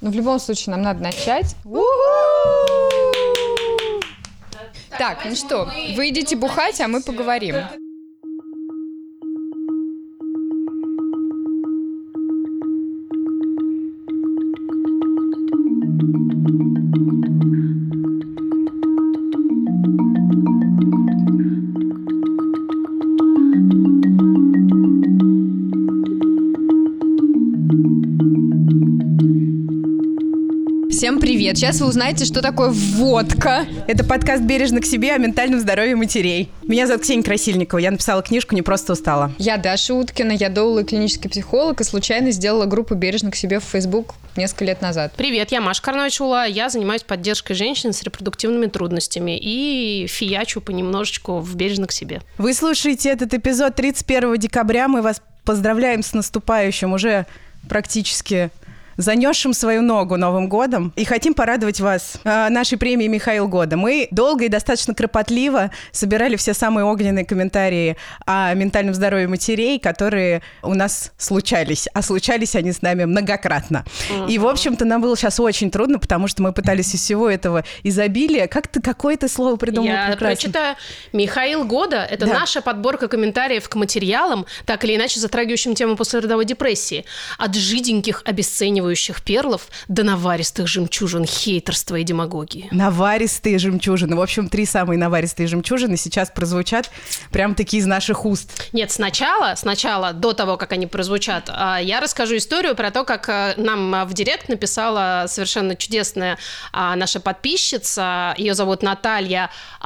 Но в любом случае нам надо начать. Так, ну что, вы идите бухать, а мы поговорим. Всем привет! Сейчас вы узнаете, что такое водка. Это подкаст «Бережно к себе» о ментальном здоровье матерей. Меня зовут Ксения Красильникова, я написала книжку «Не просто устала». Я Даша Уткина, я доула и клинический психолог, и случайно сделала группу «Бережно к себе» в Facebook несколько лет назад. Привет, я Маша Карнович-Ула, я занимаюсь поддержкой женщин с репродуктивными трудностями и фиячу понемножечку в «Бережно к себе». Вы слушаете этот эпизод 31 декабря, мы вас поздравляем с наступающим уже практически занесшим свою ногу Новым годом, и хотим порадовать вас нашей премией «Михаил года». Мы долго и достаточно кропотливо собирали все самые огненные комментарии о ментальном здоровье матерей, которые у нас случались, а случались они с нами многократно. И, в общем-то, нам было сейчас очень трудно, потому что мы пытались из всего этого изобилия. Как ты какое-то слово придумал? Я прочитаю. «Михаил года» — это наша подборка комментариев к материалам, так или иначе затрагивающим тему послеродовой депрессии. От жиденьких обесценивающих перлов до наваристых жемчужин хейтерства и демагогии. Наваристые жемчужины. В общем, 3 самые наваристые жемчужины сейчас прозвучат прям-таки из наших уст. Нет, сначала, до того, как они прозвучат, я расскажу историю про то, как нам в директ написала совершенно чудесная наша подписчица. Ее зовут Наталья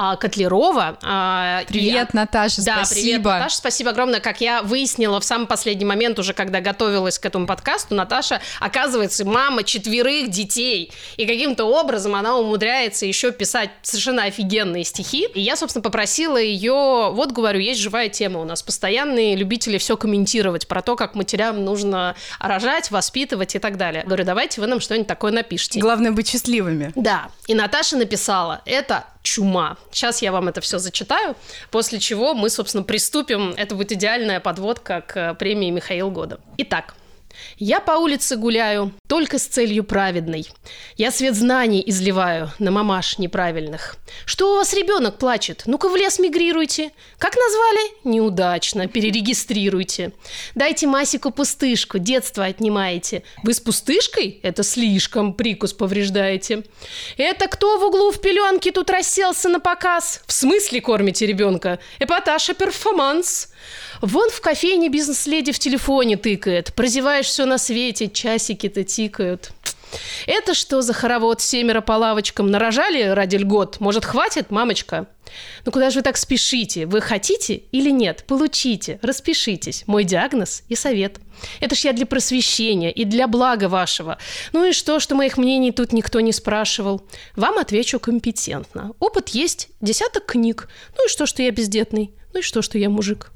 Котлярова. Привет, Наташа, да, спасибо. Привет, Наташа, спасибо огромное. Как я выяснила в самый последний момент, уже когда готовилась к этому подкасту, Наташа, оказывается, мама 4 детей. И каким-то образом она умудряется еще писать совершенно офигенные стихи. И я, собственно, попросила ее... Вот, говорю, есть живая тема у нас. Постоянные любители все комментировать про то, как матерям нужно рожать, воспитывать и так далее. Говорю, давайте вы нам что-нибудь такое напишите. Главное быть счастливыми. Да. И Наташа написала, это чума. Сейчас я вам это все зачитаю, после чего мы, собственно, приступим. Это будет идеальная подводка к премии «Михаил года». Итак. Я по улице гуляю, только с целью праведной. Я свет знаний изливаю на мамаш неправильных. Что у вас ребенок плачет? Ну-ка в лес мигрируйте. Как назвали? Неудачно, перерегистрируйте. Дайте Масику пустышку, детство отнимаете. Вы с пустышкой? Это слишком, прикус повреждаете. Это кто в углу в пеленке тут расселся на показ? В смысле кормите ребенка? Эпатаж и перформанс. Вон в кофейне бизнес-леди в телефоне тыкает. Прозеваешь все на свете, часики-то тикают. Это что за хоровод? 7 по лавочкам нарожали ради льгот? Может, хватит, мамочка? Ну куда же вы так спешите? Вы хотите или нет? Получите, распишитесь. Мой диагноз и совет. Это ж я для просвещения и для блага вашего. Ну и что моих мнений тут никто не спрашивал? Вам отвечу компетентно. Опыт есть, 10 книг. Ну и что я бездетный? Ну и что я мужик?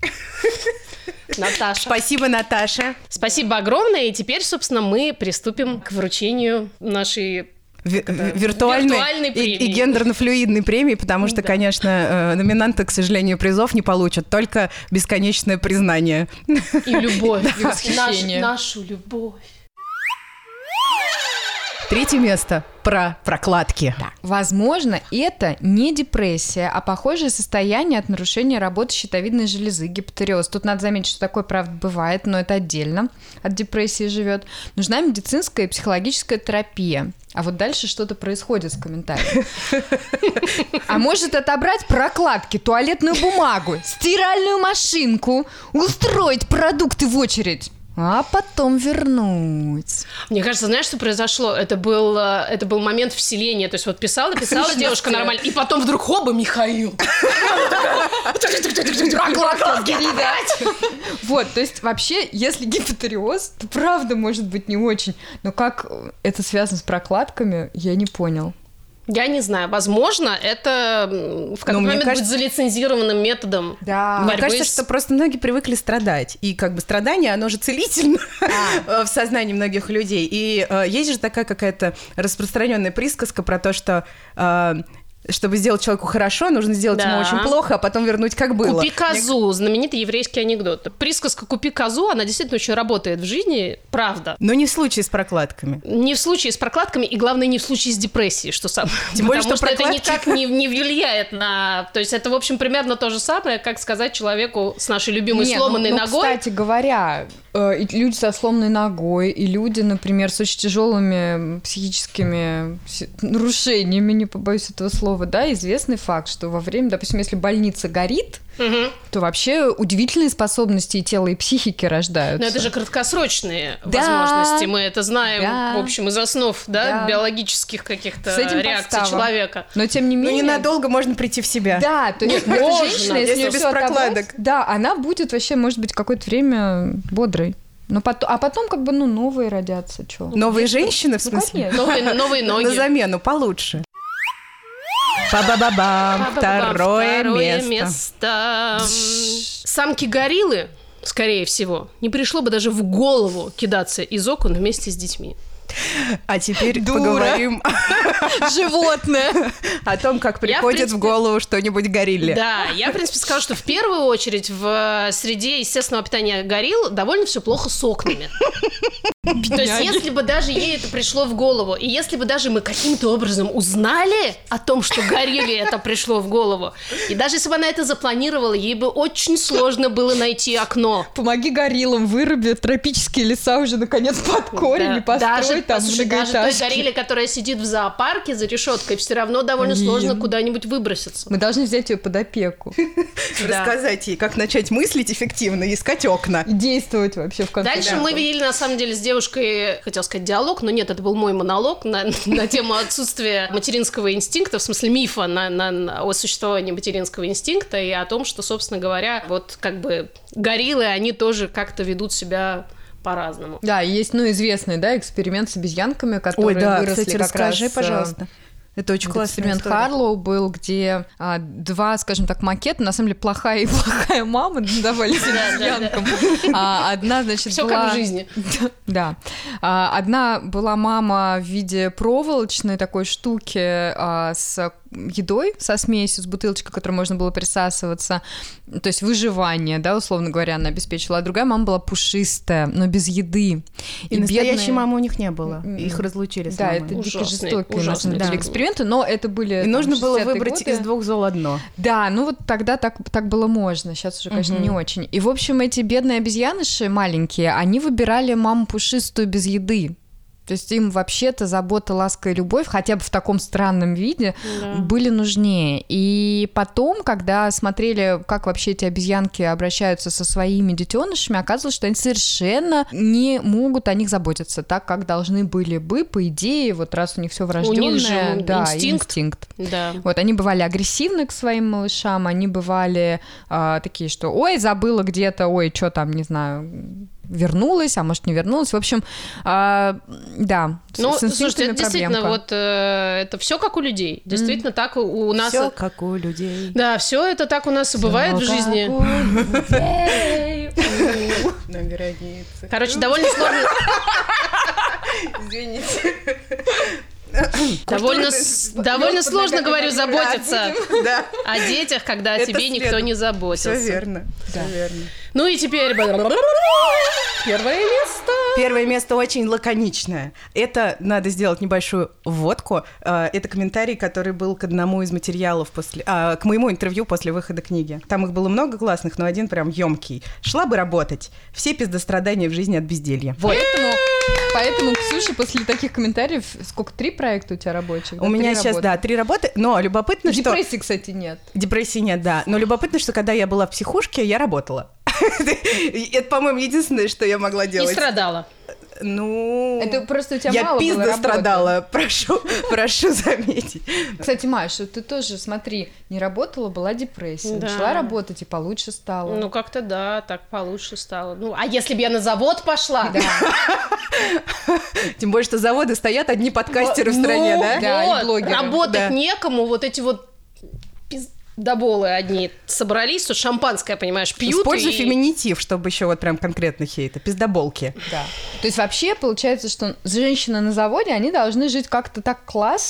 Наташа. Спасибо, Наташа. Спасибо огромное. И теперь, собственно, мы приступим к вручению нашей виртуальной премии. И гендерно-флюидной премии, потому что, конечно, номинанты, к сожалению, призов не получат, только бесконечное признание. И любовь, и восхищение. Нашу любовь. 3 место про прокладки. Да. Возможно, это не депрессия, а похожее состояние от нарушения работы щитовидной железы, гипотереоз. Тут надо заметить, что такое, правда, бывает, но это отдельно от депрессии живет. Нужна медицинская и психологическая терапия. А вот дальше что-то происходит с комментарием. А может отобрать прокладки, туалетную бумагу, стиральную машинку, устроить продукты в очередь, а потом вернуть. Мне кажется, знаешь, что произошло? Это был момент вселения. То есть вот писала девушка нормально, и потом вдруг хоба, Михаил. Вот, то есть вообще, если гипотереоз, то правда может быть не очень. Но как это связано с прокладками, я не понял. Я не знаю, возможно, это в какой-то момент будет залицензированным методом. Да. Мне кажется, что просто многие привыкли страдать. И как бы страдание, оно же целительно в сознании многих людей. И есть же такая какая-то распространенная присказка про то, что Чтобы сделать человеку хорошо, нужно сделать ему очень плохо, а потом вернуть как было. «Купи козу», знаменитый еврейский анекдот. Присказка «купи козу», она действительно очень работает в жизни, правда. Но не в случае с прокладками. Не в случае с прокладками, и главное, не в случае с депрессией, что самое. Тем более, потому что прокладки... это никак не влияет на... То есть это, в общем, примерно то же самое, как сказать человеку с нашей любимой сломанной ногой. Кстати говоря, и люди со сломанной ногой, и люди, например, с очень тяжелыми психическими нарушениями, не побоюсь этого слова, да, известный факт, что во время, допустим, если больница горит, то вообще удивительные способности и тела, и психики рождаются. Но это же краткосрочные возможности, мы это знаем, в общем, из основ, биологических каких-то реакций человека. Но тем не менее... Но ненадолго можно прийти в себя. Да, то есть женщина, если без прокладок. Да, она будет вообще, может быть, какое-то время бодрой. Но а потом как бы, новые родятся, что? Новые женщины, в смысле? Новые ноги. На замену, получше. Ба-ба-ба-бам. Второе место. Самки-гориллы, скорее всего, не пришло бы даже в голову кидаться из окон вместе с детьми. А теперь поговорим животное о том, как приходит в голову что-нибудь горилле. Да, я, в принципе, скажу, что в первую очередь в среде естественного питания горилл довольно все плохо с окнами. То есть, если бы даже ей это пришло в голову, и если бы даже мы каким-то образом узнали о том, что горилле это пришло в голову, и даже если бы она это запланировала, ей бы очень сложно было найти окно. Помоги гориллам, выруби тропические леса уже наконец под корень и построй там даже той горилле, которая сидит в зоопарке за решеткой, все равно довольно сложно куда-нибудь выброситься. Мы должны взять ее под опеку. Рассказать ей, как начать мыслить эффективно, искать окна. И действовать вообще в конце. Дальше мы видели, на самом деле, с девушкой, хотел сказать диалог, но нет, это был мой монолог на тему отсутствия материнского инстинкта, в смысле мифа о существовании материнского инстинкта и о том, что, собственно говоря, вот как бы гориллы, они тоже как-то ведут себя по-разному. Да, есть, известный, эксперимент с обезьянками, которые выросли, кстати, расскажи, пожалуйста. Это очень классный эксперимент Харлоу был, где два, скажем так, макета, на самом деле плохая и плохая мама давались обезьянкам. Одна, значит, всё была... как в жизни. Да. Одна была мама в виде проволочной такой штуки с едой, со смесью, с бутылочкой, к которой можно было присасываться, то есть выживание, условно говоря, она обеспечила, а другая мама была пушистая, но без еды. И настоящей мамы у них не было, их разлучили с мамой. Да, это дико жестокие, на самом деле, эксперименты, но это были... И нужно было выбрать из двух зол одно. Да, вот тогда так было можно, сейчас уже, конечно, не очень. И, в общем, эти бедные обезьяныши маленькие, они выбирали маму пушистую без еды. То есть им вообще-то забота, ласка и любовь, хотя бы в таком странном виде, были нужнее. И потом, когда смотрели, как вообще эти обезьянки обращаются со своими детенышами, оказывалось, что они совершенно не могут о них заботиться так, как должны были бы, по идее, вот раз у них все врожденное. У них же инстинкт. Да. Вот они бывали агрессивны к своим малышам, они бывали такие, что ой, забыла где-то, ой, что там, не знаю... вернулась, а может не вернулась. В общем, да, слушайте, это действительно вот это все как у людей. Действительно так у нас... Все как у людей. Да, все это так у нас и бывает в жизни. На границе. Короче, довольно сложно... Извините. Довольно сложно, говорю, заботиться о детях, когда о тебе никто не заботился. Все верно. Ну и теперь первое место. Первое место очень лаконичное. Это надо сделать небольшую вводку. Это комментарий, который был к одному из материалов к моему интервью после выхода книги. Там их было много классных, но один прям ёмкий. Шла бы работать. Все пиздострадания в жизни от безделья. Вот. Поэтому, Ксюша, после таких комментариев, сколько, 3 проекта у тебя рабочих? У меня сейчас, 3 работы, но любопытно, что... Депрессии, кстати, нет. Депрессии нет, да. Но любопытно, что когда я была в психушке, я работала. Это, по-моему, единственное, что я могла делать. И страдала. Это просто у тебя мало было работы. Я пизда страдала, прошу заметить. Кстати, Маша, ты тоже, смотри, не работала, была депрессия. Да. Начала работать и получше стало. Как-то да, так получше стало. А если бы я на завод пошла? Да. Тем более, что заводы стоят одни подкастеры в стране, да? Да, и блогеры. Работать некому, вот эти вот пиздоболы одни собрались, тут шампанское, понимаешь, пьют. Используй феминитив, чтобы еще вот прям конкретно хейта. Пиздоболки. Да. То есть вообще получается, что женщины на заводе, они должны жить как-то так классно,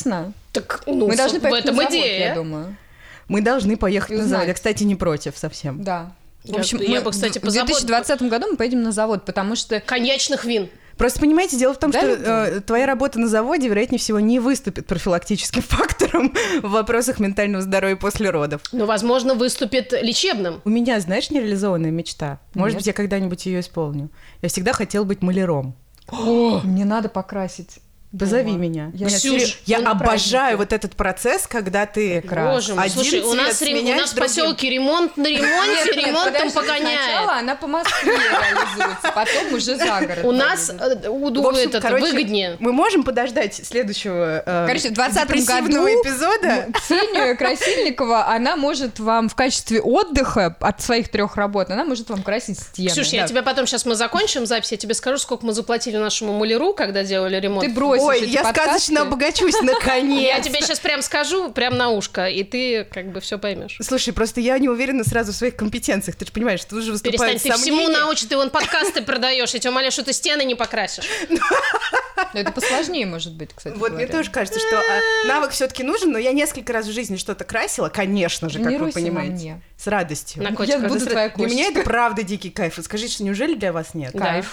Так, Мы должны в поехать этом на завод, идея. я думаю. Мы должны поехать на завод. Узнать. Я, кстати, не против совсем. Да. В Я- общем, я бы, кстати, в 2020 году мы поедем на завод, потому что... Коньячных вин. Просто, понимаете, дело в том, Да, что твоя работа на заводе, вероятнее всего, не выступит профилактическим фактором в вопросах ментального здоровья после родов. Но, возможно, выступит лечебным. У меня, знаешь, нереализованная мечта. Может Нет. быть, я когда-нибудь ее исполню. Я всегда хотела быть маляром. Мне надо покрасить. Позови дома. меня. Я, Ксюш, Я ну, на обожаю вот этот процесс, когда ты... Боже мой, Один слушай, у цвет нас, сменяешь у нас в другим. поселке ремонт на ремонте, ремонтом погоняет. Сначала она по Москве реализуется, потом уже за город. У нас поедет. В общем, короче, выгоднее. Мы можем подождать следующего Короче, в 2020 депрессивного году эпизода. Ксению Красильникова, она может вам в качестве отдыха от своих 3 работ, она может вам красить стены. Ксюш, я тебе потом, сейчас мы закончим запись, я тебе скажу, сколько мы заплатили нашему маляру, когда делали ремонт. Ты бросишь Ой, эти я подкасты. сказочно обогачусь, наконец. Я тебе сейчас прям скажу, прям на ушко, и ты как бы все поймешь. Слушай, просто я не уверена сразу в своих компетенциях. Ты же понимаешь, что тут же Перестань, выступают ты всему сомнения. научишь, ты вон подкасты продаешь, я тебя умоляю, что ты стены не покрасишь. Но это посложнее, может быть, кстати Вот мне говоря. тоже кажется, что навык все-таки нужен, но я несколько раз в жизни что-то красила, конечно же, как Не вы руйся на понимаете. мне. С радостью. На котика. Я буду твоя Для меня кошечка. это правда дикий кайф. Вот скажите, неужели для вас нет? Кайф.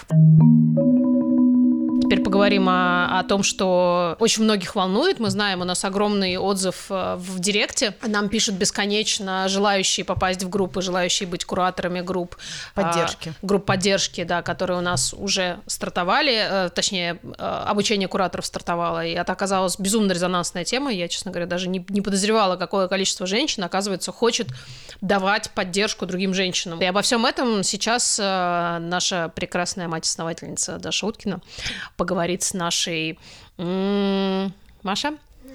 Теперь поговорим о том, что очень многих волнует. Мы знаем, у нас огромный отзыв в Директе. Нам пишут бесконечно желающие попасть в группы, желающие быть кураторами групп. Поддержки. Групп поддержки, да, которые у нас уже стартовали. Точнее, обучение кураторов стартовало. И это оказалась безумно резонансная тема. Я, честно говоря, даже не подозревала, какое количество женщин, оказывается, хочет давать поддержку другим женщинам. И обо всем этом сейчас наша прекрасная мать-основательница Даша Уткина поговорит с нашей Маша?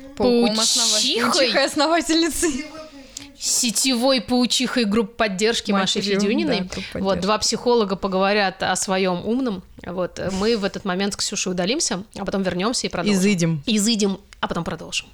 Паучихой основательницей. Сетевой паучихой групп поддержки Машей Матерью, Федюниной. да, групп Вот, поддержки. 2 психолога поговорят о своем умном. Вот, мы в этот момент с Ксюшей удалимся, а потом вернемся и продолжим. Изыдем. Изыдем, а потом продолжим.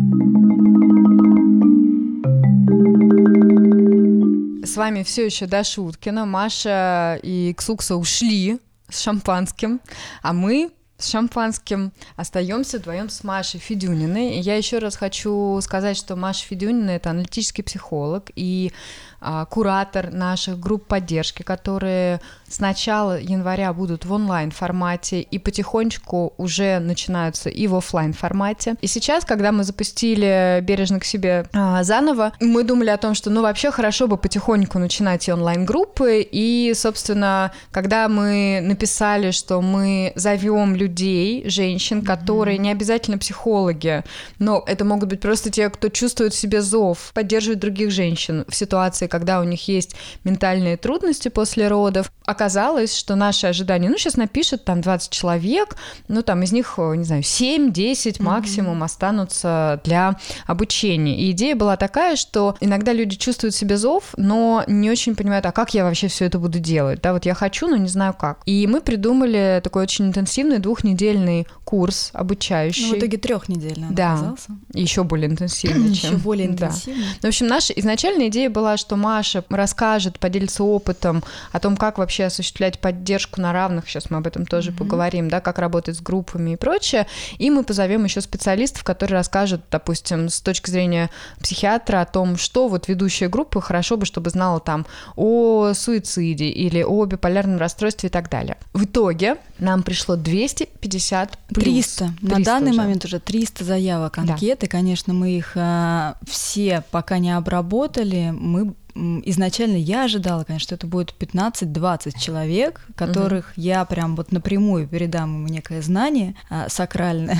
С вами все еще Даша Уткина. Маша и Ксукса ушли с шампанским, а мы с шампанским остаемся вдвоем с Машей Федюниной. И я еще раз хочу сказать, что Маша Федюнина — это аналитический психолог и куратор наших групп поддержки, которые с начала января будут в онлайн-формате и потихонечку уже начинаются и в офлайн-формате. И сейчас, когда мы запустили «Бережно к себе» заново, мы думали о том, что, ну, вообще хорошо бы потихоньку начинать и онлайн-группы. И, собственно, когда мы написали, что мы зовем людей, женщин, которые не обязательно психологи, но это могут быть просто те, кто чувствует в себе зов, поддерживать других женщин в ситуации, когда у них есть ментальные трудности после родов, оказалось, что наши ожидания, ну, сейчас напишут там 20 человек, ну, там из них, не знаю, 7-10 максимум останутся для обучения. И идея была такая, что иногда люди чувствуют в себе зов, но не очень понимают, а как я вообще все это буду делать? Да, вот я хочу, но не знаю как. И мы придумали такой очень интенсивный 2-недельный курс обучающий. Ну, в итоге 3-недельный он Да, оказался. еще более интенсивный, чем... Еще более Да. интенсивный. В общем, наша изначальная идея была, что Маша расскажет, поделится опытом о том, как вообще осуществлять поддержку на равных, сейчас мы об этом тоже поговорим, да, как работать с группами и прочее, и мы позовем еще специалистов, которые расскажут, допустим, с точки зрения психиатра о том, что вот ведущая группа хорошо бы, чтобы знала там о суициде или о биполярном расстройстве и так далее. В итоге нам пришло 250 плюс. 300. На 300 данный уже. момент уже 300 заявок, анкеты. Конечно, мы их все пока не обработали. Мы изначально я ожидала, конечно, что это будет 15-20 человек, которых я прям вот напрямую передам им некое знание сакральное.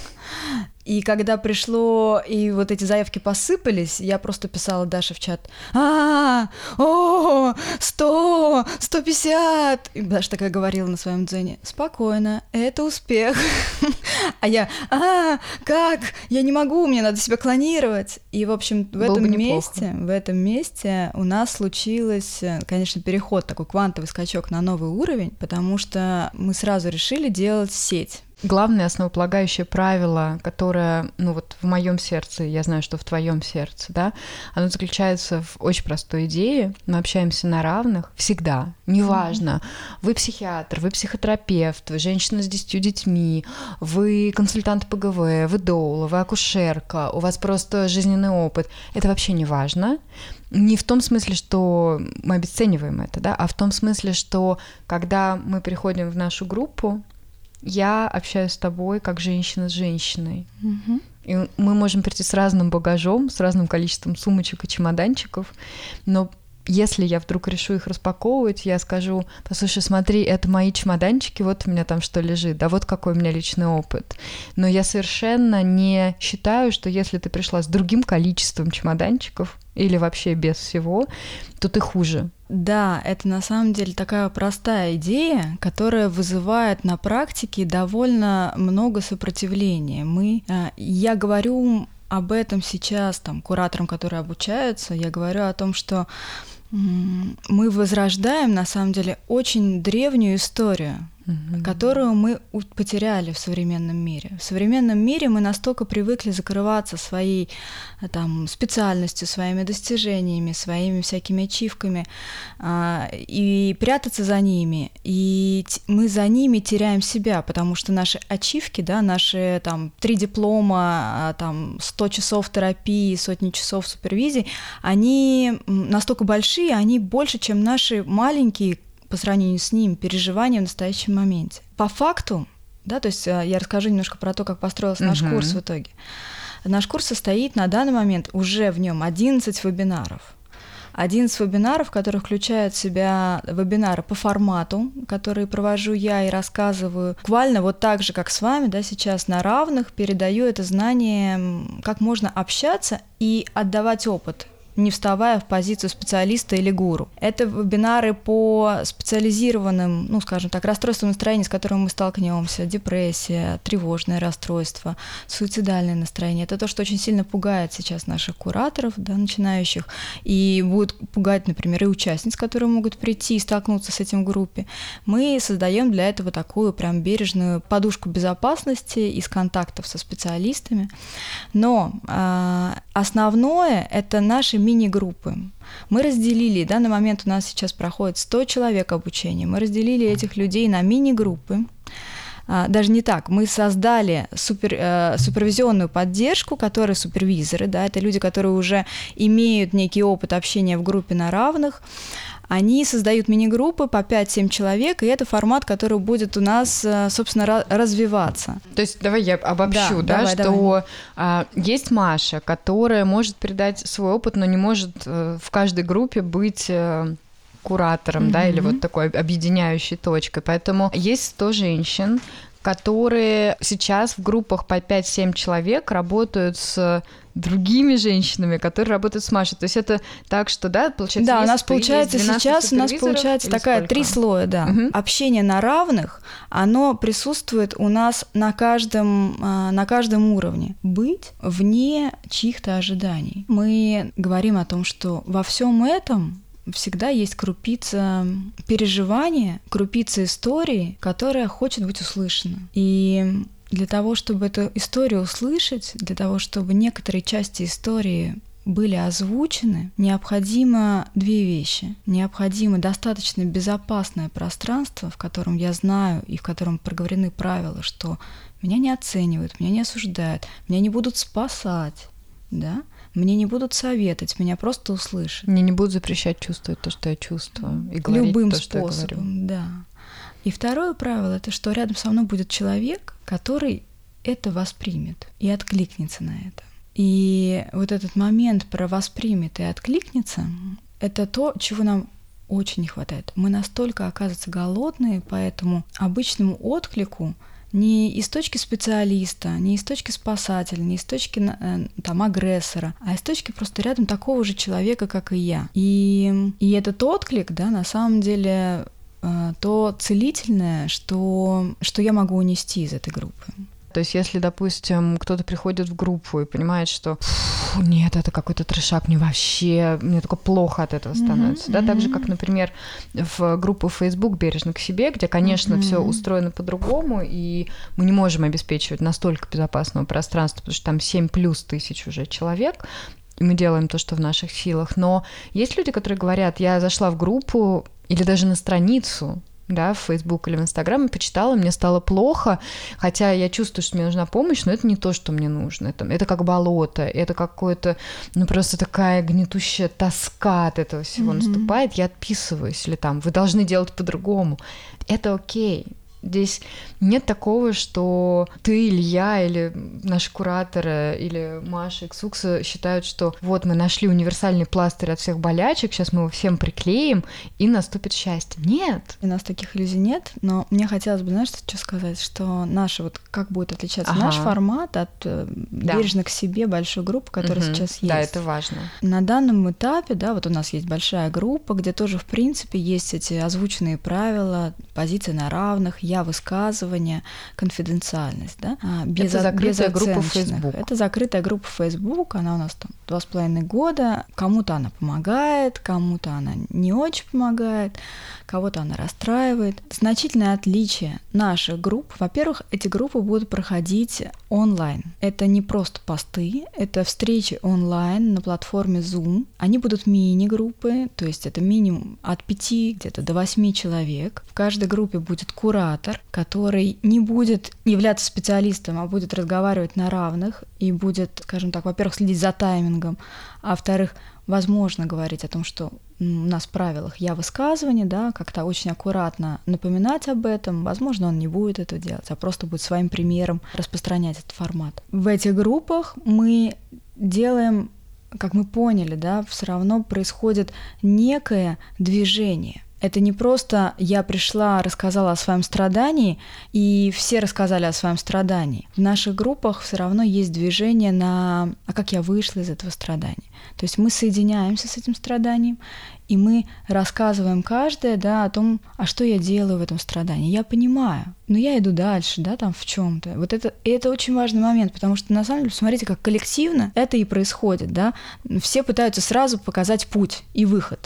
И когда пришло, и вот эти заявки посыпались, я просто писала Даше в чат: 100, 150. И Даша такая говорила на своем дзене: спокойно, это успех. А я: как? Я не могу, мне надо себя клонировать. И, в общем, в этом месте у нас случилось, конечно, переход, такой квантовый скачок на новый уровень, потому что мы сразу решили делать сеть. главное основополагающее правило, которое, ну вот в моем сердце, я знаю, что в твоем сердце, да, оно заключается в очень простой идее. Мы общаемся на равных всегда, неважно, вы психиатр, вы психотерапевт, вы женщина с 10 детьми, вы консультант ПГВ, вы доула, вы акушерка, у вас просто жизненный опыт. Это вообще не важно. Не в том смысле, что мы обесцениваем это, да, а в том смысле, что когда мы приходим в нашу группу, я общаюсь с тобой как женщина с женщиной. И мы можем прийти с разным багажом, с разным количеством сумочек и чемоданчиков, но если я вдруг решу их распаковывать, я скажу: послушай, смотри, это мои чемоданчики, вот у меня там что лежит, да вот какой у меня личный опыт. Но я совершенно не считаю, что если ты пришла с другим количеством чемоданчиков или вообще без всего, то ты хуже. Да, это на самом деле такая простая идея, которая вызывает на практике довольно много сопротивления. Я говорю об этом сейчас кураторам, которые обучаются, я говорю о том, что мы возрождаем на самом деле очень древнюю историю, которую мы потеряли в современном мире. В современном мире мы настолько привыкли закрываться своей специальностью, своими достижениями, своими всякими ачивками и прятаться за ними. И мы за ними теряем себя, потому что наши ачивки, да, наши 3 диплома, 100 часов терапии, сотни часов супервизии, они настолько большие, они больше, чем наши маленькие по сравнению с ним переживания в настоящем моменте. По факту, да, то есть я расскажу немножко про то, как построился наш курс в итоге. Наш курс состоит на данный момент уже в нем 11 вебинаров. 11 вебинаров, которые включают в себя вебинары по формату, которые провожу я и рассказываю буквально вот так же, как с вами, да, сейчас на равных, передаю это знание, как можно общаться и отдавать опыт, не вставая в позицию специалиста или гуру. Это вебинары по специализированным, скажем так, расстройствам настроения, с которыми мы сталкиваемся: депрессия, тревожное расстройство, суицидальное настроение. Это то, что очень сильно пугает сейчас наших кураторов, да, начинающих, и будет пугать, например, и участниц, которые могут прийти и столкнуться с этим в группе. Мы создаем для этого такую прям бережную подушку безопасности из контактов со специалистами. Но основное — это наши мини-группы. Мы разделили, да, на момент у нас сейчас проходит 100 человек обучения, мы разделили этих людей на мини-группы. Даже не так, мы создали супервизионную поддержку, которые супервизоры, да, это люди, которые уже имеют некий опыт общения в группе на равных. Они создают мини-группы по 5-7 человек, и это формат, который будет у нас, собственно, развиваться. То есть давай я обобщу, что есть Маша, которая может передать свой опыт, но не может в каждой группе быть куратором, да, или вот такой объединяющей точкой. Поэтому есть 100 женщин, которые сейчас в группах по 5-7 человек работают с другими женщинами, которые работают с Машей. То есть это так, что, да, получается... Да, у нас получается сейчас, такая 3 слоя, да. Общение на равных, оно присутствует у нас на каждом уровне. Быть вне чьих-то ожиданий. Мы говорим о том, что во всем этом всегда есть крупица переживания, крупица истории, которая хочет быть услышана. И для того, чтобы эту историю услышать, для того, чтобы некоторые части истории были озвучены, необходимо 2 вещи. Необходимо достаточно безопасное пространство, в котором я знаю и в котором проговорены правила, что меня не оценивают, меня не осуждают, меня не будут спасать, да? Мне не будут советовать, меня просто услышат. Мне не будут запрещать чувствовать то, что я чувствую, и говорить любым то, способом, что я говорю. Да. И второе правило — это что рядом со мной будет человек, который это воспримет и откликнется на это. И вот этот момент про воспримет и откликнется — это то, чего нам очень не хватает. Мы настолько, оказывается, голодные по этому обычному отклику, не из точки специалиста, не из точки спасателя, не из точки агрессора, а из точки просто рядом такого же человека, как и я. И этот отклик, да, на самом деле то целительное, что я могу унести из этой группы. То есть если, допустим, кто-то приходит в группу и понимает, что фу, нет, это какой-то трешак, мне только плохо от этого становится, да, так же, как, например, в группу Facebook «Бережно к себе», где, конечно, все устроено по-другому, и мы не можем обеспечивать настолько безопасного пространства, потому что там 7+ тысяч уже человек, и мы делаем то, что в наших силах, но есть люди, которые говорят, я зашла в группу или даже на страницу, да, в Facebook или в Instagram, и почитала, мне стало плохо, хотя я чувствую, что мне нужна помощь, но это не то, что мне нужно. Это как болото, это какое-то, просто такая гнетущая тоска от этого всего наступает, я отписываюсь, или там, вы должны делать по-другому. Это окей. Здесь нет такого, что ты или я, или наши кураторы, или Маша, Иксукса считают, что вот мы нашли универсальный пластырь от всех болячек, сейчас мы его всем приклеим, и наступит счастье. Нет. У нас таких иллюзий нет, но мне хотелось бы, знаешь, что сказать, что наши, вот как будет отличаться наш формат от бережно к себе большой группы, которая сейчас есть. Да, это важно. На данном этапе, да, вот у нас есть большая группа, где тоже, в принципе, есть эти озвученные правила, позиции на равных, высказывание, конфиденциальность, да, это закрытая группа в Facebook. Это закрытая группа в Facebook, она у нас там 2,5 года, кому-то она помогает, кому-то она не очень помогает, кого-то она расстраивает. Значительное отличие наших групп, во-первых, эти группы будут проходить онлайн. Это не просто посты, это встречи онлайн на платформе Zoom. Они будут мини-группы, то есть это минимум от 5 где-то до 8 человек. В каждой группе будет куратор, который не будет являться специалистом, а будет разговаривать на равных и будет, скажем так, во-первых, следить за таймингом, а во-вторых, возможно, говорить о том, что у нас в правилах высказывание, да, как-то очень аккуратно напоминать об этом. Возможно, он не будет это делать, а просто будет своим примером распространять этот формат. В этих группах мы делаем, как мы поняли, да, все равно происходит некое движение. Это не просто я пришла, рассказала о своем страдании, и все рассказали о своем страдании. В наших группах все равно есть движение на «а как я вышла из этого страдания?». То есть мы соединяемся с этим страданием, и мы рассказываем каждое, да, о том, а что я делаю в этом страдании. Я понимаю, но я иду дальше, да, там в чем-то. Вот это очень важный момент, потому что на самом деле, смотрите, как коллективно это и происходит, да. Все пытаются сразу показать путь и выход.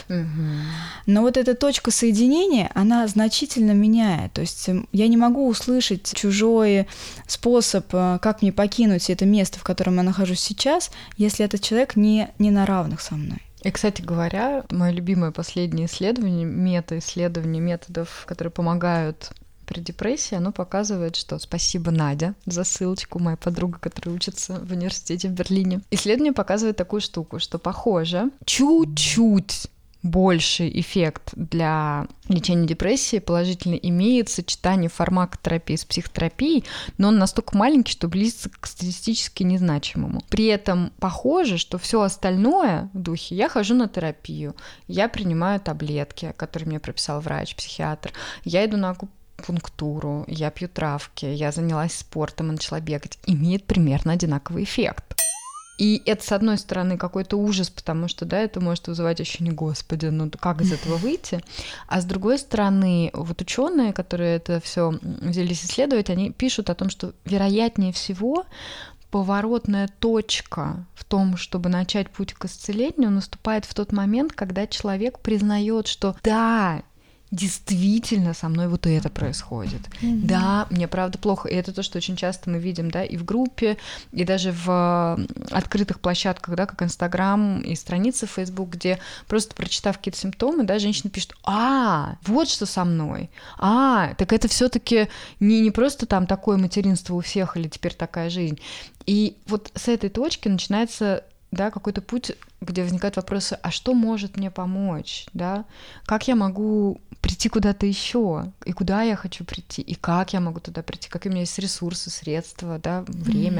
Но вот эта точка соединения, она значительно меняет. То есть я не могу услышать чужой способ, как мне покинуть это место, в котором я нахожусь сейчас, если этот человек не на равных со мной. И, кстати говоря, мое любимое последнее исследование, мета-исследование методов, которые помогают при депрессии, оно показывает, что спасибо, Надя, за ссылочку, моя подруга, которая учится в университете в Берлине. Исследование показывает такую штуку, что, похоже, чуть-чуть больший эффект для лечения депрессии положительно имеет сочетание фармакотерапии с психотерапией, но он настолько маленький, что близится к статистически незначимому. При этом похоже, что все остальное в духе я хожу на терапию, я принимаю таблетки, которые мне прописал врач, психиатр, я иду на акупунктуру, я пью травки, я занялась спортом и начала бегать, имеет примерно одинаковый эффект. И это, с одной стороны, какой-то ужас, потому что, да, это может вызывать ощущение, господи, ну как из этого выйти? А с другой стороны, вот ученые, которые это все взялись исследовать, они пишут о том, что вероятнее всего поворотная точка в том, чтобы начать путь к исцелению, наступает в тот момент, когда человек признает, что да, действительно со мной вот это происходит. Да, мне правда плохо. И это то, что очень часто мы видим, да, и в группе, и даже в открытых площадках, да, как Инстаграм и страницы в Facebook, где просто прочитав какие-то симптомы, да, женщина пишет: вот что со мной. Так это все-таки не просто там такое материнство у всех или теперь такая жизнь. И вот с этой точки начинается, да, какой-то путь, где возникают вопросы: а что может мне помочь, да? Как я могу прийти куда-то еще, и куда я хочу прийти, и как я могу туда прийти, какие у меня есть ресурсы, средства, да, время.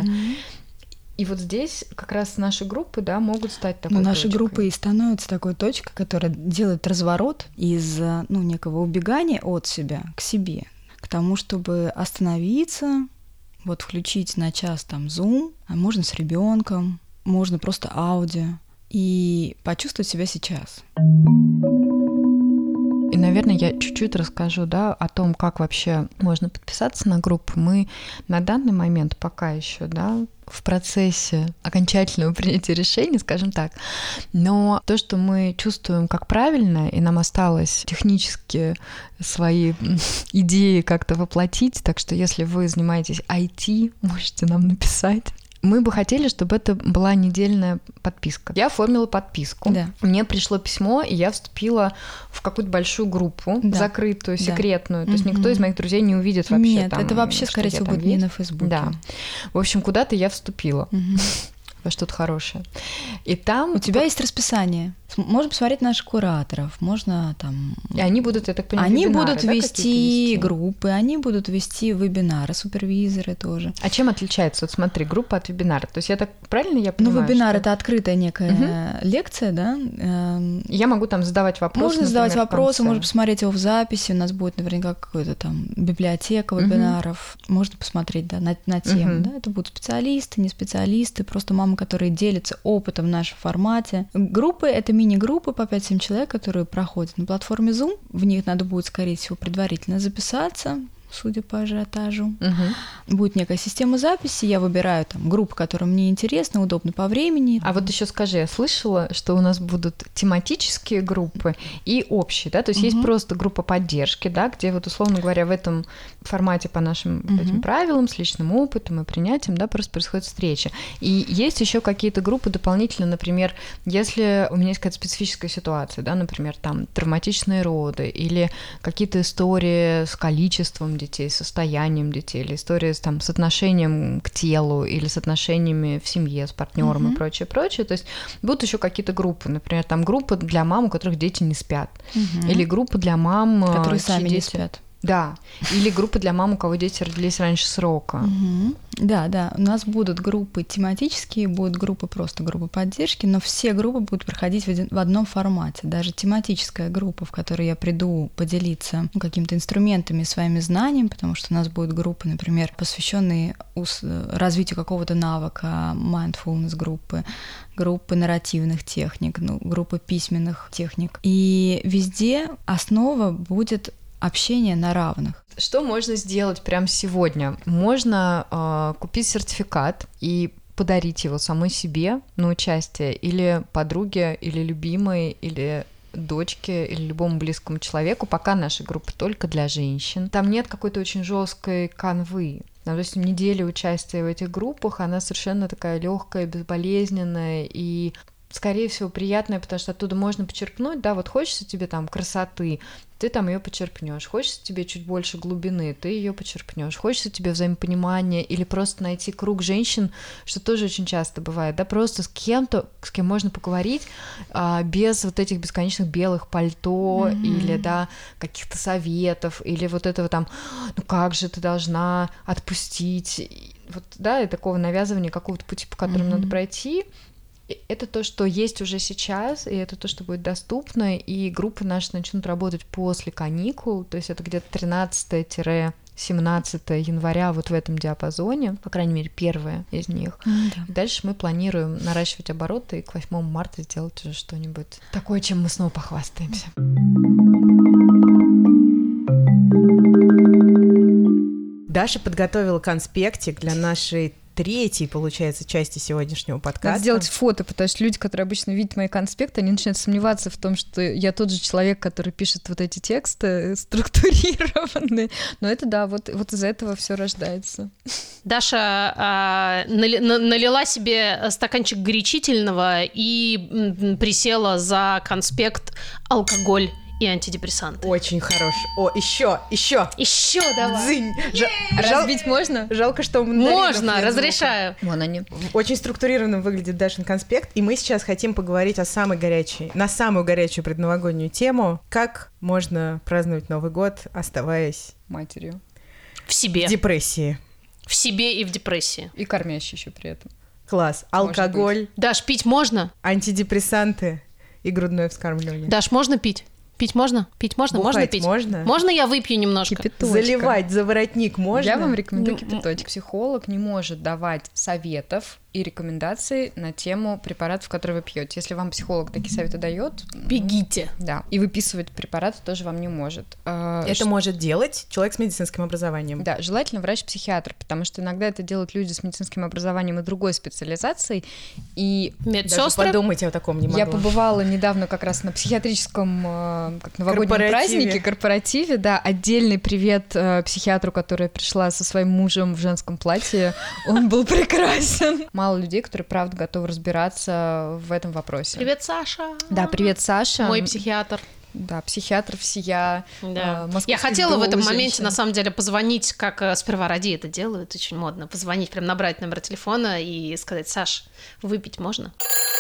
И вот здесь как раз наши группы, да, могут стать такой точкой. Наши группы и становятся такой точкой, которая делает разворот из, некого убегания от себя к себе, к тому, чтобы остановиться, вот включить на час там Zoom, а можно с ребенком, можно просто аудио, и почувствовать себя сейчас. И, наверное, я чуть-чуть расскажу, да, о том, как вообще можно подписаться на группу. Мы на данный момент пока еще, да, в процессе окончательного принятия решений, скажем так. Но то, что мы чувствуем как правильно, и нам осталось технически свои идеи как-то воплотить, так что если вы занимаетесь IT, можете нам написать. Мы бы хотели, чтобы это была недельная подписка. Я оформила подписку. Да. Мне пришло письмо, и я вступила в какую-то большую группу, закрытую, секретную. То есть никто из моих друзей не увидит вообще. Нет, это вообще, скорее всего, будет не на Фейсбуке. Да. В общем, куда-то я вступила. Во что-то хорошее. И там... У тебя есть расписание. Можно посмотреть наших кураторов, можно там... И они будут, я так понимаю, они вебинары, будут вести группы, они будут вести вебинары, супервизоры тоже. А чем отличается, вот смотри, группа от вебинара? То есть я так правильно я понимаю? Ну, вебинар — это открытая некая лекция, да? Я могу там задавать вопросы. Можно задавать вопросы, можно посмотреть его в записи, у нас будет наверняка какая-то там библиотека вебинаров. Можно посмотреть, да, на тему, да? Это будут специалисты, не специалисты, просто мамы, которые делятся опытом в нашем формате. Группы — это мини-группы по 5-7 человек, которые проходят на платформе Zoom. В них надо будет, скорее всего, предварительно записаться, судя по ажиотажу. Будет некая система записи, я выбираю там группы, которые мне интересны, удобны по времени. А вот еще скажи, я слышала, что у нас будут тематические группы и общие, да, то есть есть просто группа поддержки, да, где вот, условно говоря, в этом формате по нашим этим правилам, с личным опытом и принятием, да, просто происходит встреча. И есть еще какие-то группы дополнительно, например, если у меня есть какая-то специфическая ситуация, да, например, там травматичные роды или какие-то истории с количеством детей, состоянием детей, или история там, с отношением к телу, или с отношениями в семье, с партнером и прочее. То есть будут еще какие-то группы, например, там группа для мам, у которых дети не спят, или группа для мам, которые сами не спят. Да, или группа для мам, у кого дети родились раньше срока. Да, у нас будут группы тематические, будут группы просто группы поддержки, но все группы будут проходить в одном формате. Даже тематическая группа, в которой я приду поделиться какими-то инструментами, своими знаниями, потому что у нас будут группы, например, посвященные развитию какого-то навыка, mindfulness группы нарративных техник, группы письменных техник. И везде основа будет общение на равных. Что можно сделать прямо сегодня? Можно купить сертификат и подарить его самой себе на участие, или подруге, или любимой, или дочке, или любому близкому человеку, пока наша группа только для женщин. Там нет какой-то очень жесткой канвы. То есть неделя участия в этих группах, она совершенно такая легкая, безболезненная и, скорее всего, приятная, потому что оттуда можно почерпнуть, да, вот хочется тебе там красоты, ты там ее почерпнешь, хочется тебе чуть больше глубины, ты ее почерпнешь, хочется тебе взаимопонимания или просто найти круг женщин, что тоже очень часто бывает, да, просто с кем-то, с кем можно поговорить без вот этих бесконечных белых пальто или, да, каких-то советов, или вот этого там, ну как же ты должна отпустить, вот, да, и такого навязывания какого-то пути, по которому надо пройти. Это то, что есть уже сейчас, и это то, что будет доступно, и группы наши начнут работать после каникул, то есть это где-то 13-17 января, вот в этом диапазоне, по крайней мере, первая из них. Да. И дальше мы планируем наращивать обороты и к 8 марта сделать уже что-нибудь такое, чем мы снова похвастаемся. Даша подготовила конспектик для нашей третьей, получается, части сегодняшнего подкаста. Надо сделать фото, потому что люди, которые обычно видят мои конспекты, они начинают сомневаться в том, что я тот же человек, который пишет вот эти тексты структурированные. Но это да, вот из-за этого все рождается. Даша налила себе стаканчик горячительного и присела за конспект «Алкоголь и антидепрессанты». Очень хорош. О, еще. Давай. Дзынь. Разбить можно? Жалко, что можно, разрешаю. Вон они. Очень структурированно выглядит Дашин конспект, и мы сейчас хотим поговорить о самую горячую предновогоднюю тему. Как можно праздновать Новый год, оставаясь матерью. В себе. В депрессии. В себе и в депрессии. И кормящей еще при этом. Класс. Алкоголь. Даш, пить можно? Антидепрессанты и грудное вскармливание. Даш, можно пить? Пить можно? Можно Бухать пить? можно? Можно я выпью немножко? Кипяточка. Заливать за воротник можно? Я вам рекомендую кипяточек. Психолог не может давать советов и рекомендаций на тему препаратов, которые вы пьете. Если вам психолог такие советы дает, Бегите. да. И выписывать препараты тоже вам не может. Это может делать человек с медицинским образованием. Да, желательно врач-психиатр, потому что иногда это делают люди с медицинским образованием и другой специализацией. И Даже Медсестры? подумать о таком не могла. я побывала недавно как раз на психиатрическом как новогоднем Корпоративе. празднике, корпоративе, да, отдельный привет психиатру, которая пришла со своим мужем в женском платье, он был прекрасен. Мало людей, которые, правда, готовы разбираться в этом вопросе. Привет, Саша. Да, привет, Саша. Мой психиатр. Да, психиатр всея Да. московских Я хотела в этом ГРУ моменте, женщин. на самом деле, позвонить, как сперва ради это делают, очень модно, позвонить, прям набрать номер телефона и сказать: Саш, выпить можно?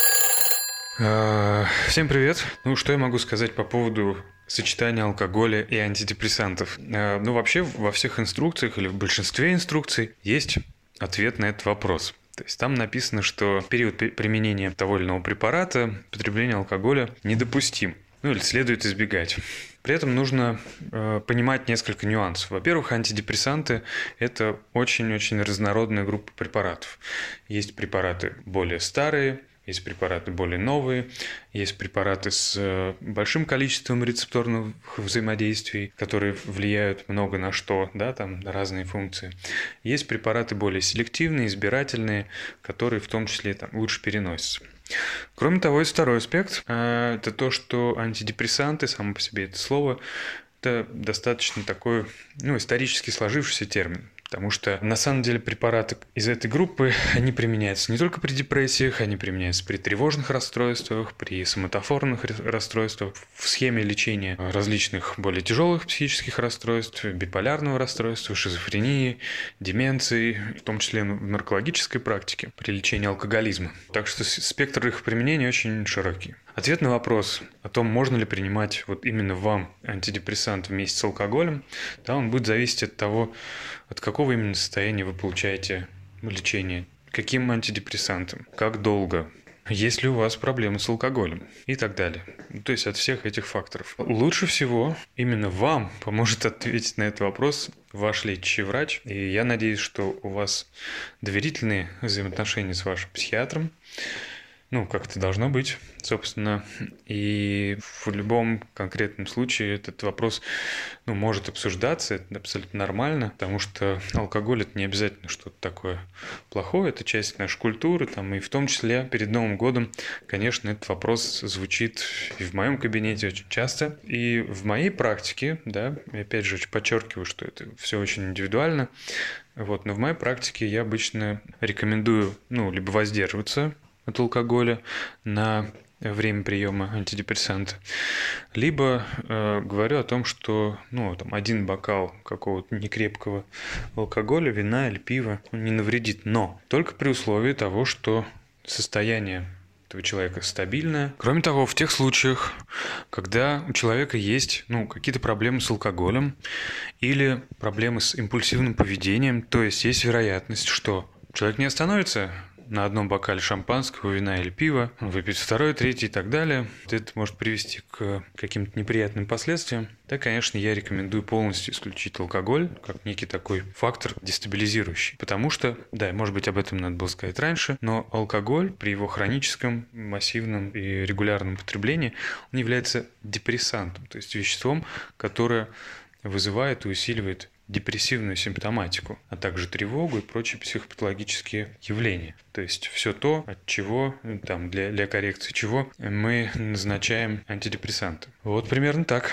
Всем привет. Ну, что я могу сказать по поводу сочетания алкоголя и антидепрессантов? Ну, вообще, во всех инструкциях или в большинстве инструкций есть ответ на этот вопрос. То есть там написано, что в период применения того или иного препарата потребление алкоголя недопустим, ну или следует избегать. При этом нужно понимать несколько нюансов. Во-первых, антидепрессанты – это очень-очень разнородная группа препаратов. Есть препараты более старые, есть препараты более новые, есть препараты с большим количеством рецепторных взаимодействий, которые влияют много на что, да, там на разные функции. Есть препараты более селективные, избирательные, которые в том числе там лучше переносятся. Кроме того, есть второй аспект. Это то, что антидепрессанты, само по себе это слово, это достаточно такой, исторически сложившийся термин. Потому что, на самом деле, препараты из этой группы, они применяются не только при депрессиях, они применяются при тревожных расстройствах, при соматофорных расстройствах, в схеме лечения различных более тяжелых психических расстройств, биполярного расстройства, шизофрении, деменции, в том числе в наркологической практике, при лечении алкоголизма. Так что спектр их применения очень широкий. Ответ на вопрос о том, можно ли принимать вот именно вам антидепрессант вместе с алкоголем, да, он будет зависеть от того, от какого именно состояния вы получаете лечение, каким антидепрессантом, как долго, есть ли у вас проблемы с алкоголем и так далее. То есть от всех этих факторов. Лучше всего именно вам поможет ответить на этот вопрос ваш лечащий врач. И я надеюсь, что у вас доверительные взаимоотношения с вашим психиатром, как это должно быть, собственно. И в любом конкретном случае этот вопрос, может обсуждаться, это абсолютно нормально, потому что алкоголь – это не обязательно что-то такое плохое, это часть нашей культуры, и в том числе перед Новым годом, конечно, этот вопрос звучит и в моем кабинете очень часто, и в моей практике, да, и опять же подчеркиваю, что это все очень индивидуально, но в моей практике я обычно рекомендую, либо воздерживаться от алкоголя на время приема антидепрессанта, либо говорю о том, что один бокал какого-то некрепкого алкоголя, вина или пива не навредит, но только при условии того, что состояние этого человека стабильное. Кроме того, в тех случаях, когда у человека есть какие-то проблемы с алкоголем или проблемы с импульсивным поведением, то есть вероятность, что человек не остановится на одном бокале шампанского, вина или пива, выпить второй, третий и так далее. Это может привести к каким-то неприятным последствиям. Да, конечно, я рекомендую полностью исключить алкоголь как некий такой фактор дестабилизирующий. Потому что, да, может быть, об этом надо было сказать раньше, но алкоголь при его хроническом, массивном и регулярном потреблении, он является депрессантом, то есть веществом, которое вызывает и усиливает депрессивную симптоматику, а также тревогу и прочие психопатологические явления. То есть все то, от чего, для коррекции чего мы назначаем антидепрессанты. Вот примерно так.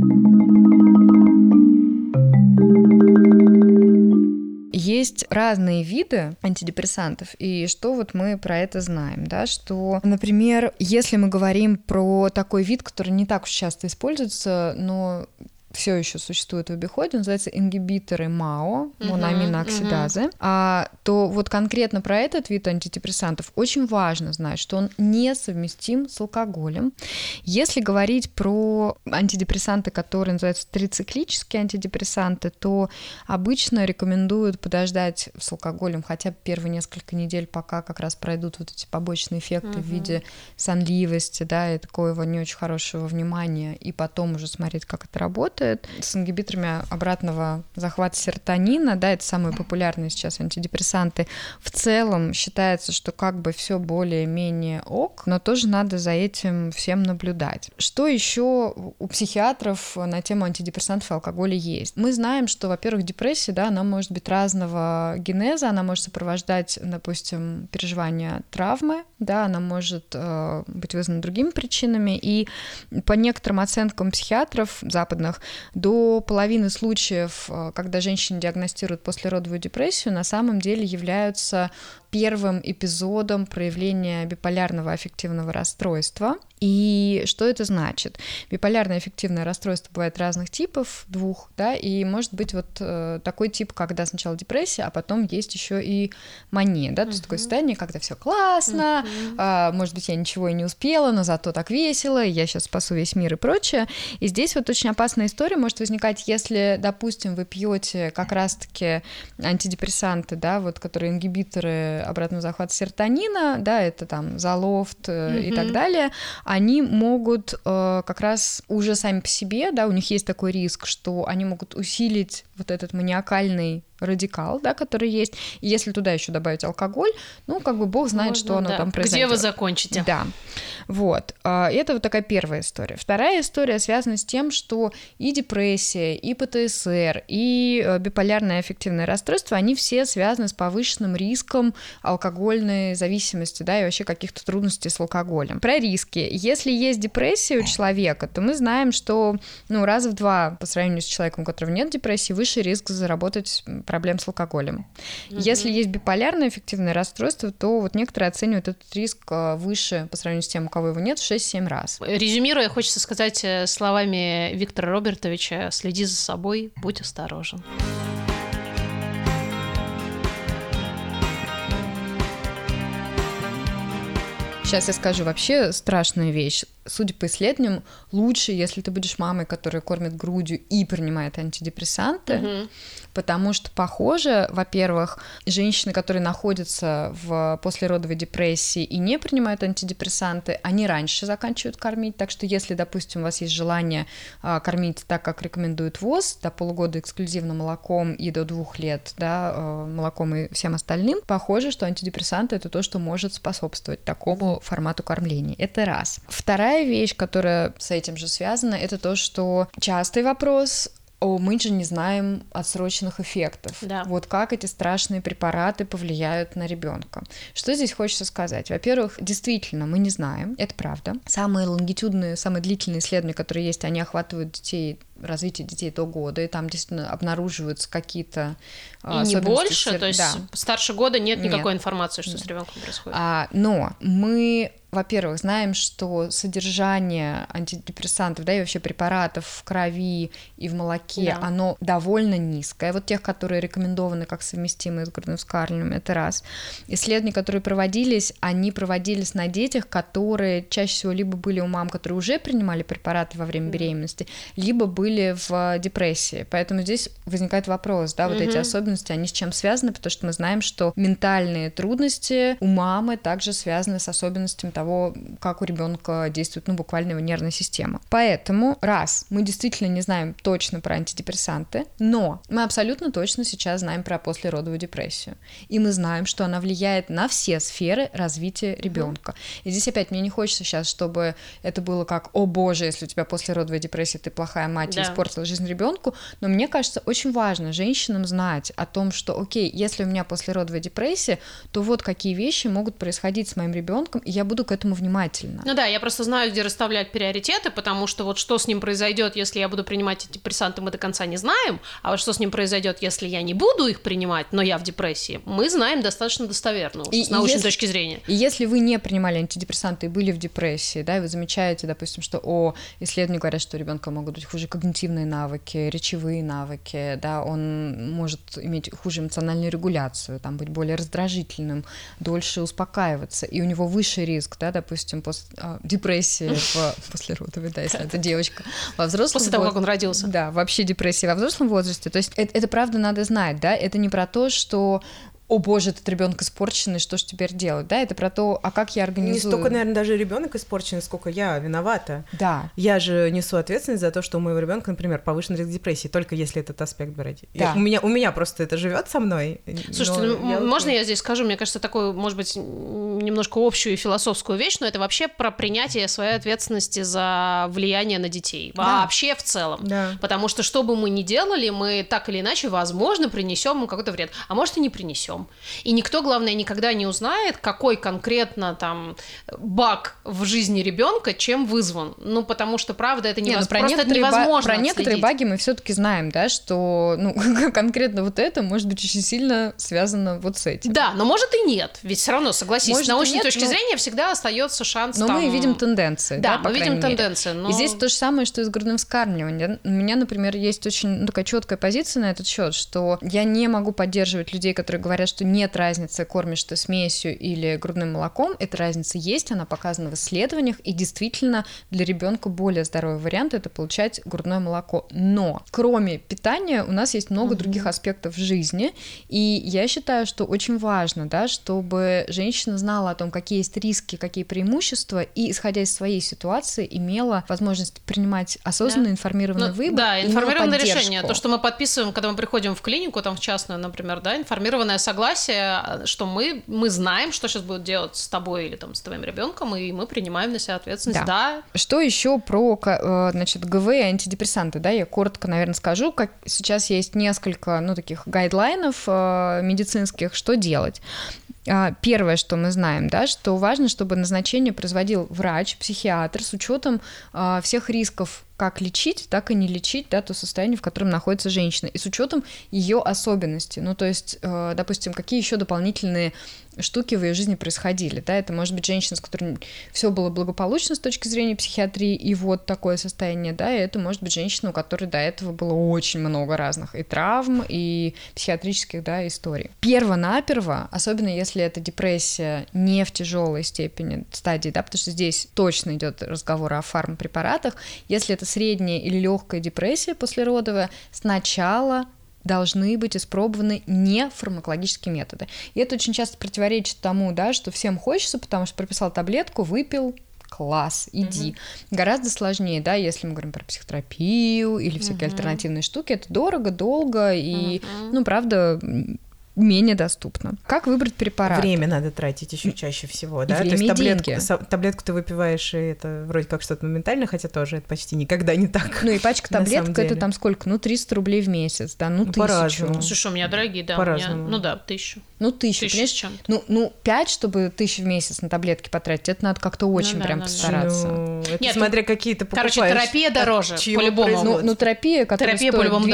Есть разные виды антидепрессантов, и что мы про это знаем, да, что, например, если мы говорим про такой вид, который не так уж часто используется, но все еще существует в обиходе, называется ингибиторы МАО, моноаминооксидазы, то вот конкретно про этот вид антидепрессантов очень важно знать, что он несовместим с алкоголем. Если говорить про антидепрессанты, которые называются трициклические антидепрессанты, то обычно рекомендуют подождать с алкоголем хотя бы первые несколько недель, пока как раз пройдут вот эти побочные эффекты в виде сонливости, да, и такого не очень хорошего внимания, и потом уже смотреть, как это работает. С ингибиторами обратного захвата серотонина, да, это самые популярные сейчас антидепрессанты. В целом считается, что как бы все более-менее ок, но тоже надо за этим всем наблюдать. Что еще у психиатров на тему антидепрессантов и алкоголя есть? Мы знаем, что, во-первых, депрессия, да, она может быть разного генеза, она может сопровождать, допустим, переживание травмы, да, она может быть вызвана другими причинами, и по некоторым оценкам психиатров западных, до половины случаев, когда женщине диагностируют послеродовую депрессию, на самом деле являются первым эпизодом проявления биполярного аффективного расстройства. И что это значит? Биполярное аффективное расстройство бывает разных типов, двух, да, и может быть вот такой тип, когда сначала депрессия, а потом есть еще и мания, да, то есть такое состояние, когда все классно, может быть, я ничего и не успела, но зато так весело, я сейчас спасу весь мир и прочее. И здесь вот очень опасная история может возникать, если, допустим, вы пьете как раз-таки антидепрессанты, да, вот, которые ингибиторы обратного захвата серотонина, да, это там Золофт и так далее, они могут как раз уже сами по себе, да, у них есть такой риск, что они могут усилить вот этот маниакальный радикал, да, который есть. И если туда еще добавить алкоголь, ну, как бы бог знает, что оно там произойдет. Где вы закончите. Да. Вот. Это вот такая первая история. Вторая история связана с тем, что и депрессия, и ПТСР, и биполярное аффективное расстройство, они все связаны с повышенным риском алкогольной зависимости, да, и вообще каких-то трудностей с алкоголем. Про риски. Если есть депрессия у человека, то мы знаем, что, ну, раза в 2 по сравнению с человеком, у которого нет депрессии, выше риск заработать проблем с алкоголем. Если есть биполярное аффективное расстройство, то вот некоторые оценивают этот риск выше по сравнению с тем, у кого его нет, в 6-7 раз. Резюмируя, хочется сказать словами Виктора Робертовича: следи за собой, будь осторожен. Сейчас я скажу вообще страшную вещь. Судя по исследованиям, лучше, если ты будешь мамой, которая кормит грудью и принимает антидепрессанты, потому что, похоже, во-первых, женщины, которые находятся в послеродовой депрессии и не принимают антидепрессанты, они раньше заканчивают кормить, так что если, допустим, у вас есть желание кормить так, как рекомендует ВОЗ, до полугода эксклюзивно молоком и до 2 лет, да, молоком и всем остальным, похоже, что антидепрессанты — это то, что может способствовать такому формату кормления. Это раз. Вторая вещь, которая с этим же связана, это то, что частый вопрос: мы же не знаем отсроченных эффектов. Да. Вот как эти страшные препараты повлияют на ребенка. Что здесь хочется сказать? Во-первых, действительно, мы не знаем, это правда. Самые лонгитюдные, самые длительные исследования, которые есть, они охватывают детей, развитие детей до года, и там действительно обнаруживаются какие-то особенности. И не больше? То есть старше года нет никакой информации, что с ребенком происходит? Но мы, во-первых, знаем, что содержание антидепрессантов, да, и вообще препаратов в крови и в молоке, оно довольно низкое. Вот тех, которые рекомендованы как совместимые с грудным вскармливанием, это раз. Исследования, которые проводились, они проводились на детях, которые чаще всего либо были у мам, которые уже принимали препараты во время беременности, либо были в депрессии. Поэтому здесь возникает вопрос, да, вот эти особенности, они с чем связаны, потому что мы знаем, что ментальные трудности у мамы также связаны с особенностями того, как у ребенка действует, ну, буквально его нервная система. Поэтому, раз, мы действительно не знаем точно про антидепрессанты, но мы абсолютно точно сейчас знаем про послеродовую депрессию. И мы знаем, что она влияет на все сферы развития ребенка. И здесь опять мне не хочется сейчас, чтобы это было как: о боже, если у тебя послеродовая депрессия, ты плохая мать, и испортила жизнь ребенку. Но мне кажется, очень важно женщинам знать о том, что, окей, если у меня послеродовая депрессия, то вот какие вещи могут происходить с моим ребенком, и я буду к этому внимательна. Ну да, я просто знаю, где расставлять приоритеты, потому что вот что с ним произойдет, если я буду принимать антидепрессанты, мы до конца не знаем, а вот что с ним произойдет, если я не буду их принимать, но я в депрессии, мы знаем достаточно достоверно, с научной точки зрения. И если вы не принимали антидепрессанты и были в депрессии, да, и вы замечаете, допустим, что исследования говорят, что у ребенка могут быть хуже когнитивные когнитивные навыки, речевые навыки, да, он может иметь хуже эмоциональную регуляцию, там, быть более раздражительным, дольше успокаиваться, и у него выше риск, да, допустим, депрессии послеродовой, да, если это девочка, во взрослом после того, как он родился. Да, вообще депрессия во взрослом возрасте. То есть это правда надо знать, да, это не про то, что о боже, этот ребенок испорченный, что ж теперь делать, да, это про то, а как я организую. Не столько, наверное, даже ребенок испорченный, сколько я виновата. Да. Я же несу ответственность за то, что у моего ребенка, например, повышенный риск депрессии, только если этот аспект брать. Да. У меня просто это живет со мной. Слушайте, можно я здесь скажу, мне кажется, такую, может быть, немножко общую и философскую вещь, но это вообще про принятие своей ответственности за влияние на детей. Да. Вообще в целом. Да. Потому что что бы мы ни делали, мы так или иначе, возможно, принесем ему какой-то вред. А может, и не принесем. И никто, главное, никогда не узнает, какой конкретно там баг в жизни ребенка чем вызван. Ну, потому что, правда, это невозможно. Про некоторые баги мы все-таки знаем, да, что конкретно вот это может быть очень сильно связано вот с этим. Да, но может и нет. Ведь все равно, согласись, может с научной точки зрения всегда остается шанс. Но мы видим тенденции. Да, мы видим тенденции. Но... И здесь то же самое, что и с грудным вскармливанием. У меня, например, есть очень такая четкая позиция на этот счет, что я не могу поддерживать людей, которые говорят, что нет разницы, кормишь ты смесью или грудным молоком. Эта разница есть, она показана в исследованиях, и действительно для ребенка более здоровый вариант — это получать грудное молоко. Но кроме питания у нас есть много других аспектов жизни, и я считаю, что очень важно, да, чтобы женщина знала о том, какие есть риски, какие преимущества, и, исходя из своей ситуации, имела возможность принимать осознанный, информированный выбор. Да, информированное решение. То, что мы подписываем, когда мы приходим в клинику, там в частную, например, да, информированное согласие, что мы знаем, что сейчас будет делать с тобой или там с твоим ребенком, и мы принимаем на себя ответственность. Да. Что еще про, значит, ГВ и антидепрессанты, да, я коротко, наверное, скажу, как сейчас есть несколько, таких гайдлайнов медицинских, что делать. Первое, что мы знаем, да, что важно, чтобы назначение производил врач, психиатр с учетом всех рисков, как лечить, так и не лечить, да, то состояние, в котором находится женщина, и с учетом ее особенностей. То есть, допустим, какие еще дополнительные штуки в ее жизни происходили, да, это может быть женщина, с которой все было благополучно с точки зрения психиатрии, и вот такое состояние, да, и это может быть женщина, у которой до этого было очень много разных и травм, и психиатрических, да, историй. Первонаперво, особенно если это депрессия не в тяжелой стадии, да, потому что здесь точно идет разговор о фармпрепаратах, если это средняя или легкая депрессия послеродовая, сначала должны быть испробованы не фармакологические методы. И это очень часто противоречит тому, да, что всем хочется, потому что прописал таблетку, выпил, класс, иди. Гораздо сложнее, да, если мы говорим про психотерапию или всякие альтернативные штуки, это дорого, долго и, правда, менее доступно. Как выбрать препарат? Время надо тратить еще чаще всего, да? Время, то есть деньги. Таблетку ты выпиваешь, и это вроде как что-то моментально, хотя тоже это почти никогда не так. И пачка таблеток это там сколько? 300 рублей в месяц, да, 1000. По-разному. Слушай, у меня дорогие, да. По-разному. 1000. 1000, понимаешь? 5, чтобы 1000 в месяц на таблетки потратить, это надо как-то очень прям постараться. Нет, смотря какие ты покупаешь. Короче, терапия дороже, по-любому. Терапия, которая стоит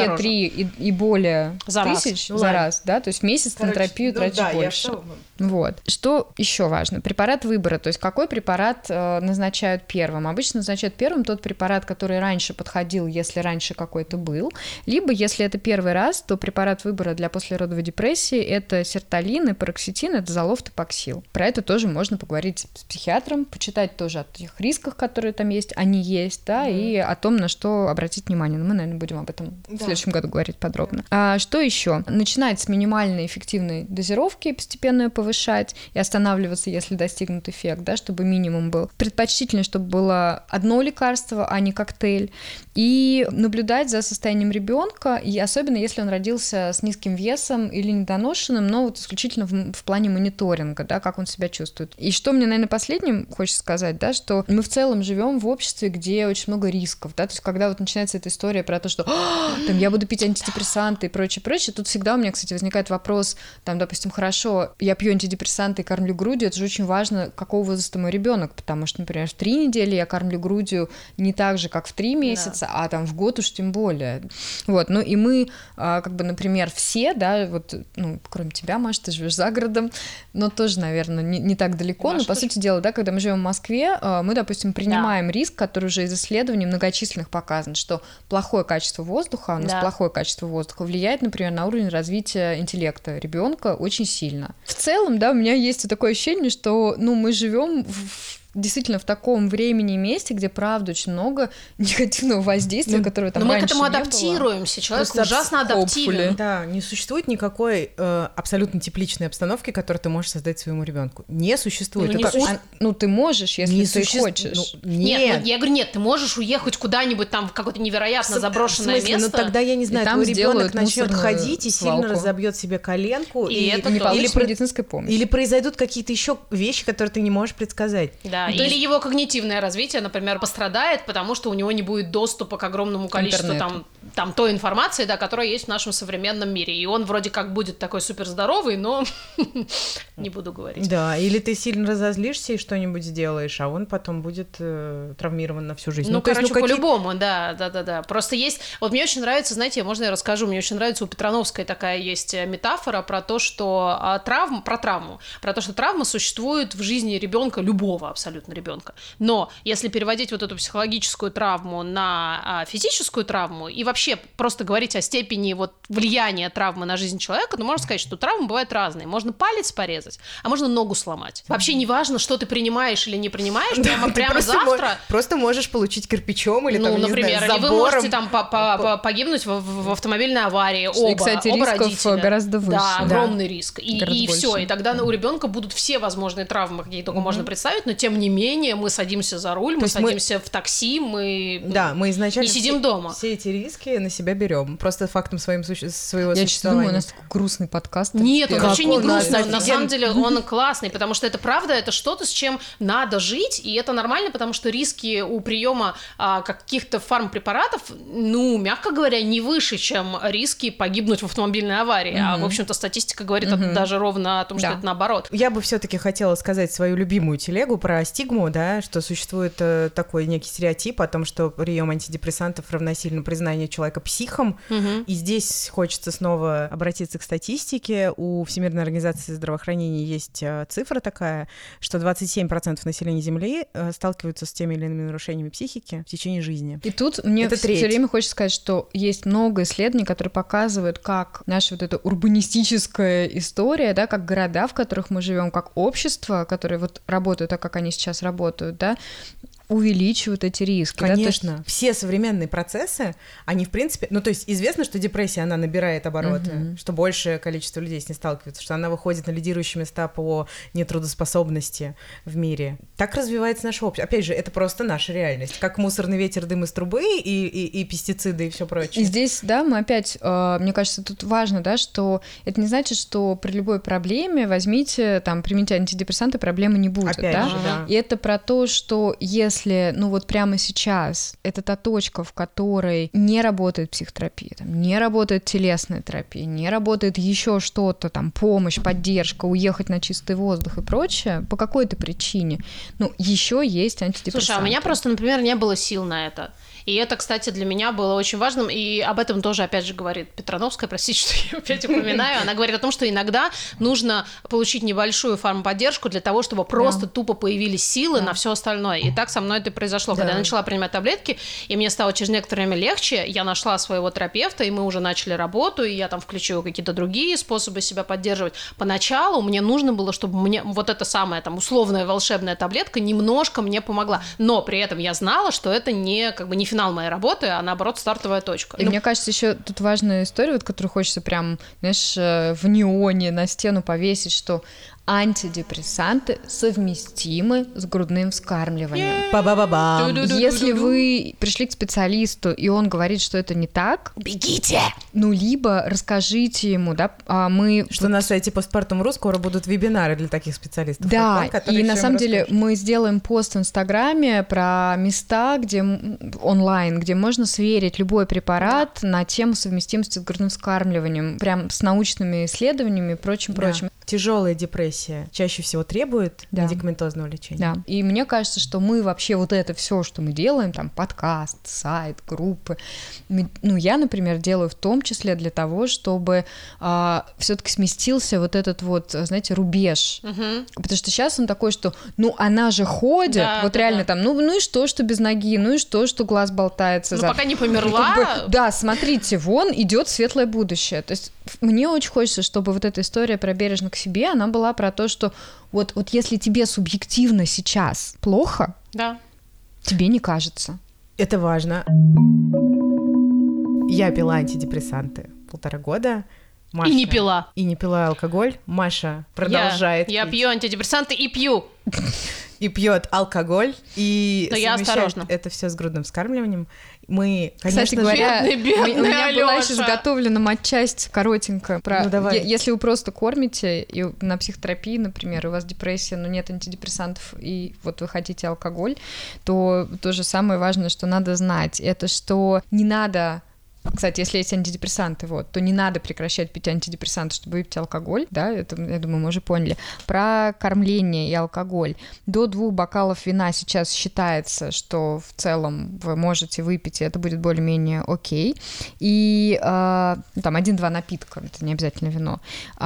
2-3 и более тысяч за раз, да, то есть месяц на терапию тратишь больше. Вот. Что еще важно? Препарат выбора, то есть какой препарат назначают первым? Обычно назначают первым тот препарат, который раньше подходил, если раньше какой-то был, либо, если это первый раз, то препарат выбора для послеродовой депрессии — это сертолин и пароксетин, это золофт и паксил. Про это тоже можно поговорить с психиатром, почитать тоже о тех рисках, которые там есть, они есть, да, и о том, на что обратить внимание. Но мы, наверное, будем об этом в следующем году говорить подробно. Что еще? Начинать с минимальной эффективной дозировки, постепенно ее повышать и останавливаться, если достигнут эффект, да, чтобы минимум был. Предпочтительно, чтобы было одно лекарство, а не коктейль. И наблюдать за состоянием ребенка, и особенно если он родился с низким весом или недоношенным, но вот исключительно в плане мониторинга, да, как он себя чувствует. И что мне, наверное, последним хочется сказать, да, что мы в целом живем в обществе, где очень много рисков, да, то есть когда вот начинается эта история про то, что там я буду пить антидепрессанты и прочее, тут всегда у меня, кстати, возникает вопрос, вопрос, там, допустим, хорошо, я пью антидепрессанты и кормлю грудью, это же очень важно, какого возраста мой ребенок, потому что, например, в 3 недели я кормлю грудью не так же, как в 3 месяца, а там в год уж тем более. Вот, ну и мы, как бы, например, все, да, вот, ну, кроме тебя, Маша, ты живешь за городом, но тоже, наверное, не так далеко, Маша, но, по сути дела, да, когда мы живем в Москве, мы, допустим, принимаем риск, который уже из исследований многочисленных показан, что плохое качество воздуха, у нас плохое качество воздуха влияет, например, на уровень развития интеллекта ребенка очень сильно. В целом, да, у меня есть такое ощущение, что, ну, мы живем действительно в таком времени и месте, где, правда, очень много негативного воздействия, которое там раньше не было. Но мы к этому адаптируемся, человек ужасно адаптивен. Да, не существует никакой абсолютно тепличной обстановки, которую ты можешь создать своему ребенку. Не существует. Ну, ты можешь, если ты хочешь. Нет, я говорю, нет, ты можешь уехать куда-нибудь там в какое-то невероятно заброшенное место. Ну, тогда, я не знаю, твой ребенок начнет ходить и сильно разобьет себе коленку. И это не получит медицинской помощи. Или произойдут какие-то еще вещи, которые ты не можешь предсказать. Да. Или его когнитивное развитие, например, пострадает, потому что у него не будет доступа к огромному количеству там той информации, да, которая есть в нашем современном мире. И он вроде как будет такой суперздоровый, но не буду говорить. Да, или ты сильно разозлишься и что-нибудь сделаешь, а он потом будет травмирован на всю жизнь. Ну, короче, по-любому, да. Просто есть... Вот мне очень нравится, знаете, можно я расскажу? Мне очень нравится, у Петрановской такая есть метафора про то, что про травму. Про то, что травма существует в жизни ребенка, любого абсолютно ребенка. Но если переводить вот эту психологическую травму на физическую травму и вообще просто говорить о степени вот влияния травмы на жизнь человека, то можно сказать, что травмы бывают разные. Можно палец порезать, а можно ногу сломать. Вообще не важно, что ты принимаешь или не принимаешь, прямо завтра... Просто можешь получить кирпичом или, там, например, не знаю, или вы можете там погибнуть в автомобильной аварии. Оба, кстати, рисков гораздо выше. Да, огромный риск. И все. И тогда у ребенка будут все возможные травмы, какие только можно представить, но тем не менее мы садимся за руль, мы садимся в такси, мы изначально не сидим дома. Все эти риски на себя берем. Просто фактом своего существования. Я честно думаю, у нас такой грустный подкаст. Нет, он вообще не грустный. На самом деле он классный, потому что это правда, это что-то, с чем надо жить, и это нормально, потому что риски у приема каких-то фармпрепаратов, ну, мягко говоря, не выше, чем риски погибнуть в автомобильной аварии. А, в общем-то, статистика говорит даже ровно о том, что это наоборот. Я бы все-таки хотела сказать свою любимую телегу про стигму, да, что существует такой некий стереотип о том, что прием антидепрессантов равносильно признанию человека психом. И здесь хочется снова обратиться к статистике. У Всемирной организации здравоохранения есть цифра такая, что 27% населения Земли сталкиваются с теми или иными нарушениями психики в течение жизни. И тут мне все время хочется сказать, что есть много исследований, которые показывают, как наша вот эта урбанистическая история, да, как города, в которых мы живем, как общество, которые вот работают так, как они сейчас работают, да, увеличивают эти риски. Конечно. Да? Все современные процессы, они, в принципе... Ну, то есть известно, что депрессия, она набирает обороты, что большее количество людей с ней сталкиваются, что она выходит на лидирующие места по нетрудоспособности в мире. Так развивается наше общество. Опять же, это просто наша реальность. Как мусорный ветер, дым из трубы и пестициды и все прочее. И здесь, да, мы опять... мне кажется, тут важно, да, что это не значит, что при любой проблеме возьмите, там, примите антидепрессанты, проблемы не будет, опять да? же, да. И это про то, что если, ну вот прямо сейчас, это та точка, в которой не работает психотерапия, там, не работает телесная терапия, не работает еще что-то, там, помощь, поддержка, уехать на чистый воздух и прочее, по какой-то причине, ну, еще есть антидепрессанты. Слушай, а у меня просто, например, не было сил на это. И это, кстати, для меня было очень важным, и об этом тоже, опять же, говорит Петрановская, простите, что я опять упоминаю, она говорит о том, что иногда нужно получить небольшую фармподдержку для того, чтобы просто тупо появились силы на все остальное. И так со мной это и произошло. Когда я начала принимать таблетки, и мне стало через некоторое время легче, я нашла своего терапевта, и мы уже начали работу, и я там включила какие-то другие способы себя поддерживать. Поначалу мне нужно было, чтобы мне вот эта самая там условная волшебная таблетка немножко мне помогла, но при этом я знала, что это не как бы не финал моей работы, а наоборот стартовая точка. И мне кажется, еще тут важная история, вот, которую хочется прям, знаешь, в неоне на стену повесить, что антидепрессанты совместимы с грудным вскармливанием. Ба-ба-ба-бам. Если вы пришли к специалисту, и он говорит, что это не так, Бегите! ну, либо расскажите ему, да, Что на сайте Postpartum.ru скоро будут вебинары для таких специалистов. Да, как он, и на всем самом деле расскажет. мы сделаем пост в Инстаграме про места, где онлайн, где можно сверить любой препарат на тему совместимости с грудным вскармливанием, прям с научными исследованиями и прочим. Тяжелая депрессия чаще всего требует Да. медикаментозного лечения. Да. И мне кажется, что мы вообще вот это все, что мы делаем, там подкаст, сайт, группы, я, например, делаю в том числе для того, чтобы все-таки сместился вот этот вот, знаете, рубеж. Потому что сейчас он такой, что, она же ходит, Да, вот да, реально да. там, ну и что без ноги, ну и что глаз болтается. Ну, за- пока не померла. Да, смотрите, вон идет светлое будущее. То есть мне очень хочется, чтобы вот эта история про бережно к себе, она была про то, что вот если тебе субъективно сейчас плохо, Да. тебе не кажется. Это важно. Я пила антидепрессанты 1,5 года. Маша... И не пила. И не пила алкоголь. Маша продолжает Я пить. пью антидепрессанты и пью. И пьет алкоголь, и Но я совмещает осторожна. это все с грудным вскармливанием. Мы, конечно Кстати же, говоря, бедный у меня была Алёша. еще заготовлена матчасть коротенькая. Про... Ну, давай. Если вы просто кормите, и на психотерапии, например, у вас депрессия, но нет антидепрессантов, и вот вы хотите алкоголь, то то же самое важное, что надо знать, это что не надо... Кстати, если есть антидепрессанты, то не надо прекращать пить антидепрессанты, чтобы выпить алкоголь, да, это, я думаю, мы уже поняли. Про кормление и алкоголь. До 2 бокалов вина сейчас считается, что в целом вы можете выпить, и это будет более-менее окей. И там 1-2 напитка, это не обязательно вино.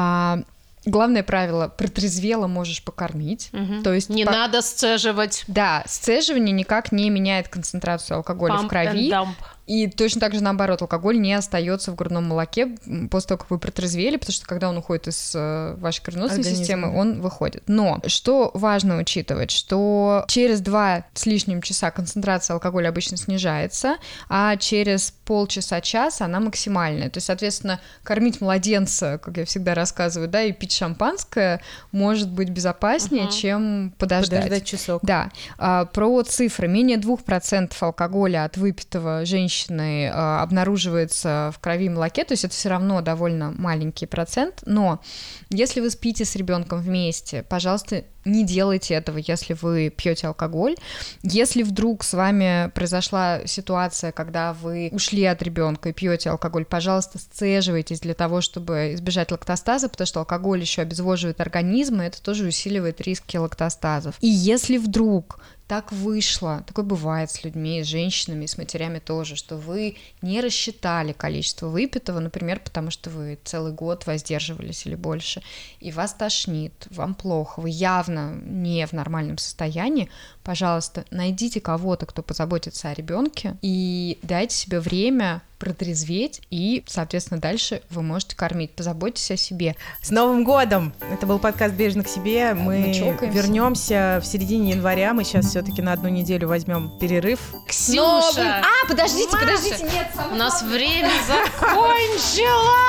Главное правило, протрезвело можешь покормить. То есть Не надо сцеживать. Да, сцеживание никак не меняет концентрацию алкоголя в Pump крови. and dump. И точно так же наоборот, алкоголь не остается в грудном молоке после того, как вы протрезвели, потому что когда он уходит из вашей кровеносной Организма. системы, он выходит. Но что важно учитывать, что через 2 с лишним часа концентрация алкоголя обычно снижается, а через полчаса-час она максимальная. То есть, соответственно, кормить младенца, как я всегда рассказываю, да, и пить шампанское может быть безопаснее, чем подождать часок. Да. Про цифры. Менее 2% алкоголя от выпитого женщины обнаруживается в крови и молоке, то есть это все равно довольно маленький процент, но если вы спите с ребенком вместе, пожалуйста, не делайте этого, если вы пьете алкоголь. Если вдруг с вами произошла ситуация, когда вы ушли от ребенка и пьете алкоголь, пожалуйста, сцеживайтесь для того, чтобы избежать лактостаза, потому что алкоголь еще обезвоживает организм, и это тоже усиливает риски лактостазов. И если вдруг так вышло, такое бывает с людьми, с женщинами, с матерями тоже, что вы не рассчитали количество выпитого, например, потому что вы целый год воздерживались или больше, и вас тошнит, вам плохо, вы явно не в нормальном состоянии, пожалуйста, найдите кого-то, кто позаботится о ребенке, и дайте себе время протрезветь, и, соответственно, дальше вы можете кормить. Позаботьтесь о себе. С Новым годом! Это был подкаст «Бережно к себе». Мы чокаемся. вернемся в середине января. Мы сейчас все-таки на 1 неделю возьмем перерыв. Ксюша! Подождите, Маша, нет, у нас время закончилось!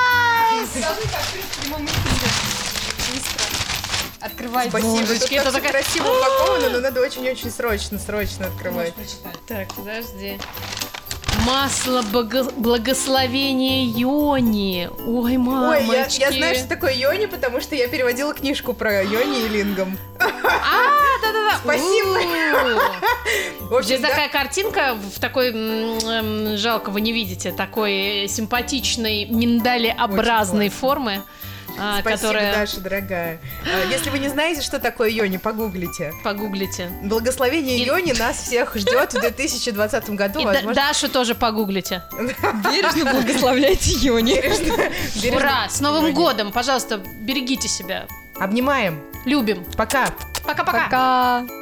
Открывайте. Спасибо. Божечки, Тут это так такая- красиво упаковано, но надо очень-очень срочно открывать. Так, подожди. Масло благословения Йони. Ой, Ой, мамочки. я знаю, что такое йони, потому что я переводила книжку про йони и лингам. Да-да-да. Спасибо. В общем, Здесь да. такая картинка в такой, жалко, вы не видите, такой симпатичной миндалеобразной Очень формы, Спасибо, которая... Даша, дорогая. Если вы не знаете, что такое йони, погуглите. Погуглите. Благословение И- йони нас всех ждет в 2020 году. И возможно, Дашу тоже погуглите. Бережно благословляйте Йони. бережно. Ура! С Новым Йони. годом! Пожалуйста, берегите себя. Обнимаем. Любим. Пока. Пока-пока. Пока.